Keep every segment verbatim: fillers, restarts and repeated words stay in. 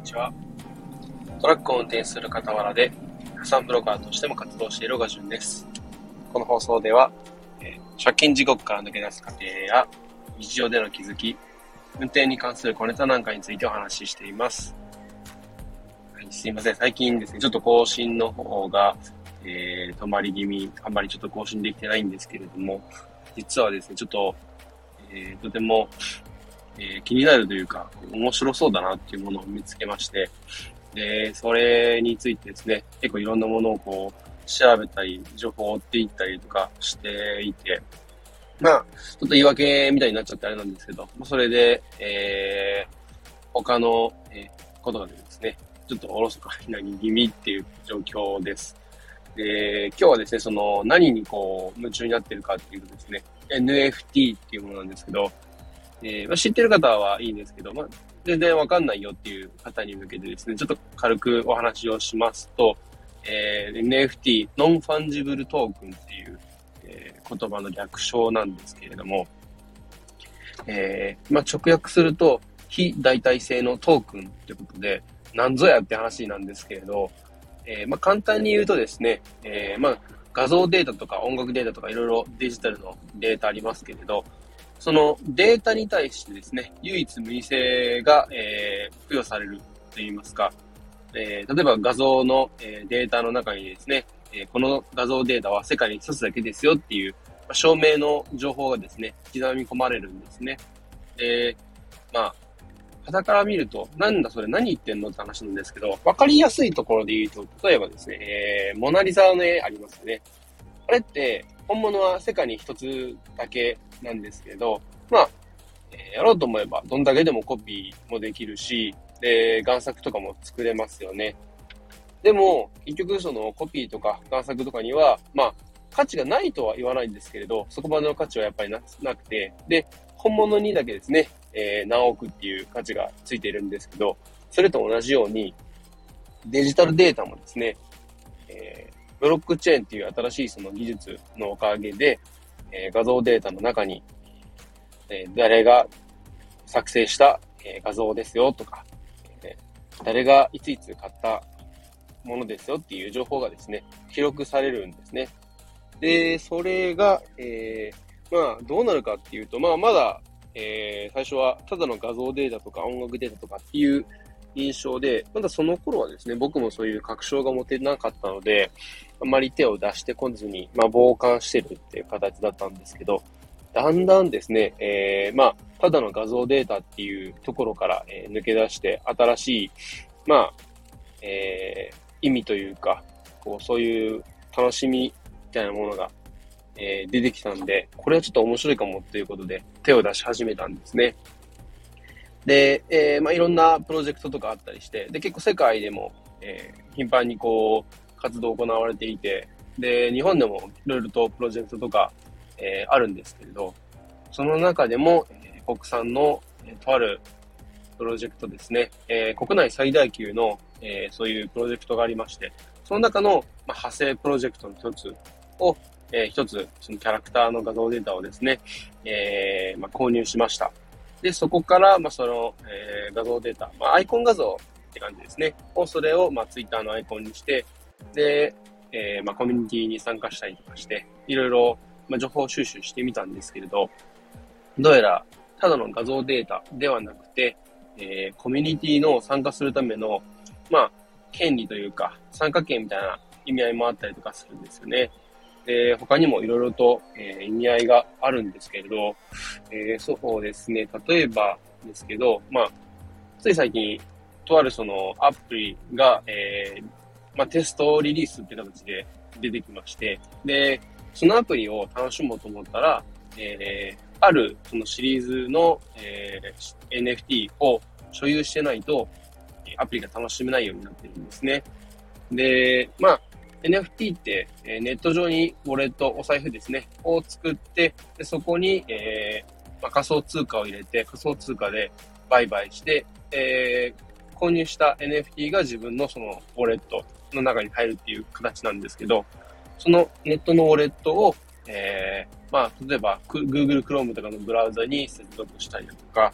ちは。トラックを運転する傍らで、破産ブロガーとしても活動している岡潤です。この放送では、えー、借金地獄から抜け出す過程や、日常での気づき、運転に関する小ネタなんかについてお話ししています。はい、すいません。最近ですね、ちょっと更新の方が、えー、止まり気味、あんまりちょっと更新できてないんですけれども、実はですね、ちょっと、えー、とても、えー、気になるというか、面白そうだなっていうものを見つけまして、で、それについてですね、結構いろんなものをこう、調べたり、情報を追っていったりとかしていて、まあ、ちょっと言い訳みたいになっちゃってあれなんですけど、それで、えー、他の、えー、ことがですね、ちょっとおろそかになり気味っていう状況です。で、今日はですね、その、何にこう、夢中になってるかっていうとですね、エヌエフティー っていうものなんですけど、えーまあ、知ってる方はいいんですけど、まあ、全然わかんないよっていう方に向けてですね、ちょっと軽くお話をしますと、えー、エヌエフティー、ノンファンジブルトークンっていう、えー言葉の略称なんですけれども、えーまあ、直訳すると、非代替性のトークンってことで、なんぞやって話なんですけれど、えーまあ、簡単に言うとですね、えーまあ、画像データとか音楽データとかいろいろデジタルのデータありますけれど、そのデータに対してですね、唯一無二性が、えー付与されるといいますか、えー例えば画像の、えーデータの中にですね、えーこの画像データは世界に一つだけですよっていう、まあ証明の情報がですね、刻み込まれるんですね。で、まあ、傍から見ると、なんだそれ何言ってんのって話なんですけど、わかりやすいところで言うと、例えばですね、えーモナリザの絵ありますよね。あれって、本物は世界に一つだけなんですけど、まあ、えーやろうと思えば、どんだけでもコピーもできるし、で、贋作とかも作れますよね。でも、結局そのコピーとか贋作とかには、まあ、価値がないとは言わないんですけれど、そこまでの価値はやっぱりななくて、で、本物にだけですね、えー何億っていう価値がついているんですけど、それと同じように、デジタルデータもですね、えーブロックチェーンっていう新しいその技術のおかげで、えー画像データの中に、えー誰が作成した、えー画像ですよとか、えー誰がいついつ買ったものですよっていう情報がですね、記録されるんですね。で、それが、えー、まあ、どうなるかっていうと、まあ、まだ、えー、最初はただの画像データとか音楽データとかっていう印象で、まだその頃はですね、僕もそういう確証が持てなかったので、あまり手を出してこずに、まあ、傍観してるっていう形だったんですけど、だんだんですね、えー、まあ、ただの画像データっていうところから、えー抜け出して、新しい、まあ、えー、意味というか、こう、そういう楽しみみたいなものが、えー出てきたんで、これはちょっと面白いかもということで、手を出し始めたんですね。で、えー、まあ、いろんなプロジェクトとかあったりして、で、結構世界でも、えー、頻繁にこう、活動行われていて、で、日本でもいろいろとプロジェクトとか、えー、あるんですけれど、その中でも、えー国産の、えーとあるプロジェクトですね、えー国内最大級の、えーそういうプロジェクトがありまして、その中の、まあ、派生プロジェクトの一つを、えー一つ、そのキャラクターの画像データをですね、えーまあ、購入しました。で、そこから、まあ、その、えー画像データ、まあ、アイコン画像って感じですね。を、それを、まあ、ツイッターのアイコンにして、で、えーまあ、コミュニティに参加したりとかして、いろいろ、まあ、情報収集してみたんですけれど、どうやら、ただの画像データではなくて、えーコミュニティの参加するための、まあ、権利というか、参加権みたいな意味合いもあったりとかするんですよね。で、他にもいろいろと、えー意味合いがあるんですけれど、えーそうですね、例えばですけど、まあ、つい最近、とあるそのアプリが、えーまあ、テストリリースっていう形で出てきまして、で、そのアプリを楽しもうと思ったら、えーあるそのシリーズの、えー エヌエフティー を所有してないと、アプリが楽しめないようになってるんですね。で、まあ、エヌエフティー って、えーネット上にウォレット、お財布ですね、を作って、でそこに、えーまあ、仮想通貨を入れて、仮想通貨で売買して、えー購入した エヌエフティー が自分のそのウォレットの中に入るっていう形なんですけど、そのネットのウォレットを、えーまあ、例えば、Google Chrome とかのブラウザに接続したりだとか、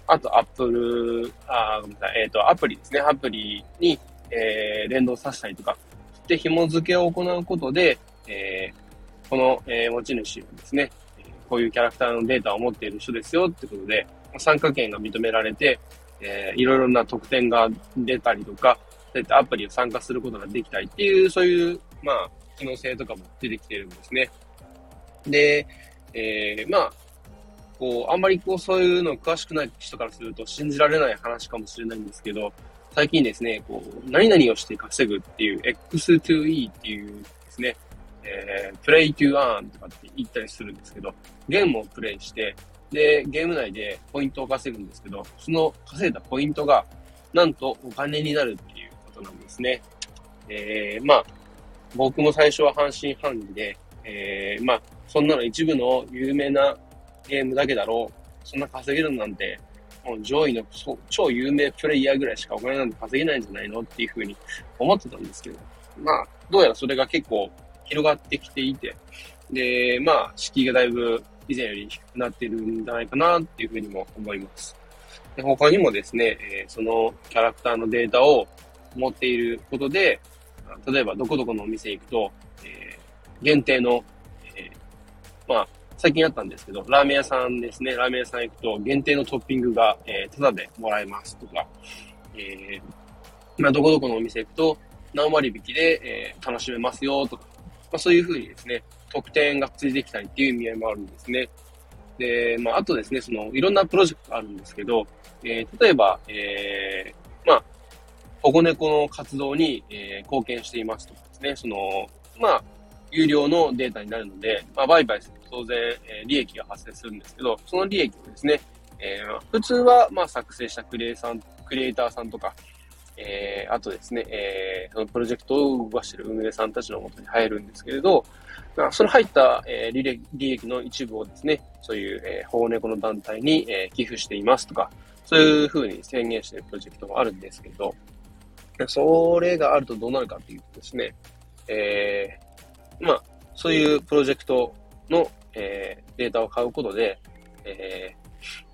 あとアップル、あ、ごめんなさい、えっと、アプリですね。アプリに、えー連動させたりとか、で、紐付けを行うことで、えーこの、えー持ち主はですね、えーこういうキャラクターのデータを持っている人ですよってことで、参加権が認められて、えーいろいろな特典が出たりとか、そういったアプリを参加することができたりっていう、そういう、まあ、機能性とかも出てきてるんですね。で、えーまあ、こう、あんまりこう、そういうの詳しくない人からすると信じられない話かもしれないんですけど、最近ですね、こう、何々をして稼ぐっていう エックスツーイー っていうですね、えー、プレイトゥーアーンとかって言ったりするんですけど、ゲームをプレイして、で、ゲーム内でポイントを稼ぐんですけど、その稼いだポイントが、なんとお金になるっていうことなんですね。えー、まあ、僕も最初は半信半疑で、えー、まあ、そんなの一部の有名なゲームだけだろう。そんな稼げるなんて、もう上位の超有名プレイヤーぐらいしかお金なんて稼げないんじゃないのっていうふうに思ってたんですけど、まあ、どうやらそれが結構広がってきていて、で、まあ、敷居がだいぶ以前より低くなっているんじゃないかなっていうふうにも思います。で、他にもですね、えーそのキャラクターのデータを持っていることで、例えばどこどこのお店行くと、えー限定の、えーまあ、最近あったんですけど、ラーメン屋さんですね。ラーメン屋さん行くと限定のトッピングが、えー、タダでもらえますとか、えーまあ、どこどこのお店行くと何割引きで、えー楽しめますよとか、まあ、そういうふうにですね、特典がついてきたりっていう意味合いもあるんですね。で、まあ、あとですね、その、いろんなプロジェクトがあるんですけど、えー例えば、えーまあ、保護猫の活動に、えー貢献していますとかですね、その、まあ、有料のデータになるので、まあ、売買すると当然、えー利益が発生するんですけど、その利益をですね、えー普通は、まあ、作成したクリエイさん、クリエイターさんとか、えーあとですね、えーそのプロジェクトを動かしている運営さんたちの元に入るんですけれど、まあその入った、えー利益利益の一部をですね、そういう、えー保護猫の団体に、えー寄付していますとか、そういうふうに宣言しているプロジェクトもあるんですけど、それがあるとどうなるかというとですね、えー、まあ、そういうプロジェクトの、えーデータを買うことで、えー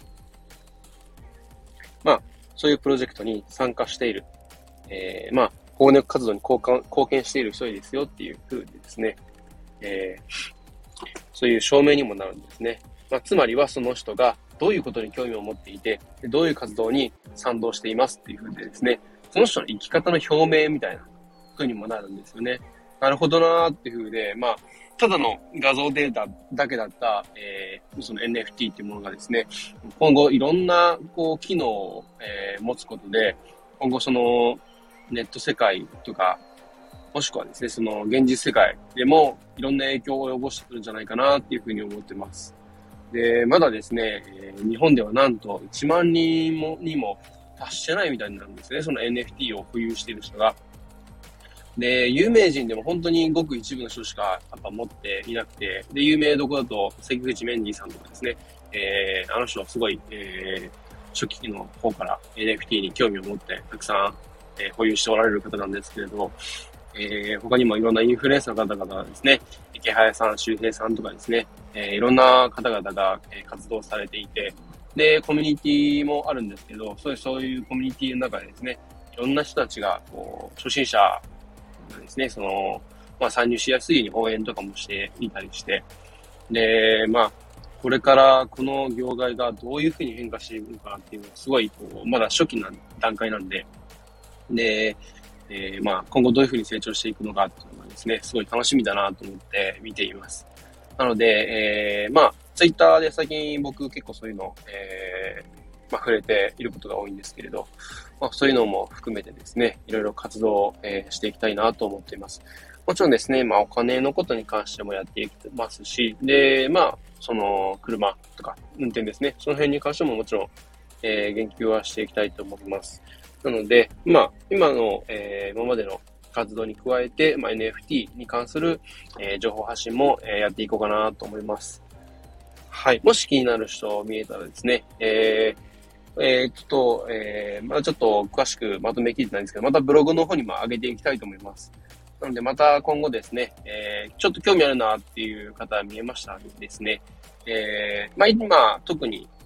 まあ、そういうプロジェクトに参加している、えーまあ、保護猫活動に貢献貢献している人ですよっていうふうにですね、えーそういう証明にもなるんですね。まあ、つまりはその人がどういうことに興味を持っていて、どういう活動に賛同していますっていうふうでですね、その人の生き方の表明みたいな風にもなるんですよね。なるほどなーっていう風で、まあ、ただの画像データだけだった、えー、その エヌエフティー っていうものがですね、今後いろんな、こう、機能を、えー持つことで、今後その、ネット世界とか、もしくはですね、その現実世界でもいろんな影響を及ぼしてくるんじゃないかなっていうふうに思ってます。で、まだですね、えー日本ではなんといちまん人もにも達してないみたいなんですね、その エヌエフティー を保有している人が。で、有名人でも本当にごく一部の人しかやっぱ持っていなくて、で、有名どころだと関口メンディーさんとかですね、えー、あの人はすごい、えー、初期の方から エヌエフティー に興味を持ってたくさん、えー保有しておられる方なんですけれど、えー、他にもいろんなインフルエンサーの方々がですね、池早さん、周平さんとかですね、えー、いろんな方々が、えー活動されていて、で、コミュニティもあるんですけど、そういう、そういうコミュニティの中でですね、いろんな人たちが、こう、初心者がですね、その、まあ、参入しやすいように応援とかもしていたりして、で、まあ、これからこの業界がどういうふうに変化していくのかっていうのは、すごい、こう、まだ初期な段階なんで、で、えーまあ、今後どういうふうに成長していくのかっていうのがですね、すごい楽しみだなと思って見ています。なので、えーまあ、ツイッターで最近僕結構そういうの、えーまあ、触れていることが多いんですけれど、まあ、そういうのも含めてですね、いろいろ活動を、えーしていきたいなと思っています。もちろんですね、まあ、お金のことに関してもやっていきますし、で、まあ、その、車とか運転ですね、その辺に関してももちろん、えー言及はしていきたいと思います。なので、まあ、今の、えー今までの活動に加えて、まあ、エヌエフティー に関する、えー情報発信も、えーやっていこうかなと思います。はい。もし気になる人見えたらですね、えー、えー、ちょっと、えー、まだちょっと詳しくまとめきれてないんですけど、またブログの方にも上げていきたいと思います。なので、また今後ですね、えー、ちょっと興味あるなっていう方見えましたらですね、えー、まあ今、特に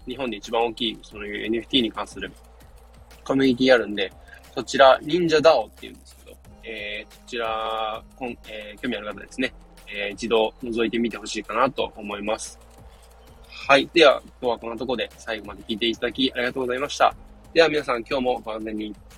日本で一番大きい、そういう エヌエフティー に関するコミュニティあるんで、そちら、忍者ダオっていうんですけど、えー、そちら、こんえー、興味ある方ですね、えー、一度覗いてみてほしいかなと思います。はい。では、今日はこんなところで最後まで聞いていただきありがとうございました。では皆さん、今日もご安全に。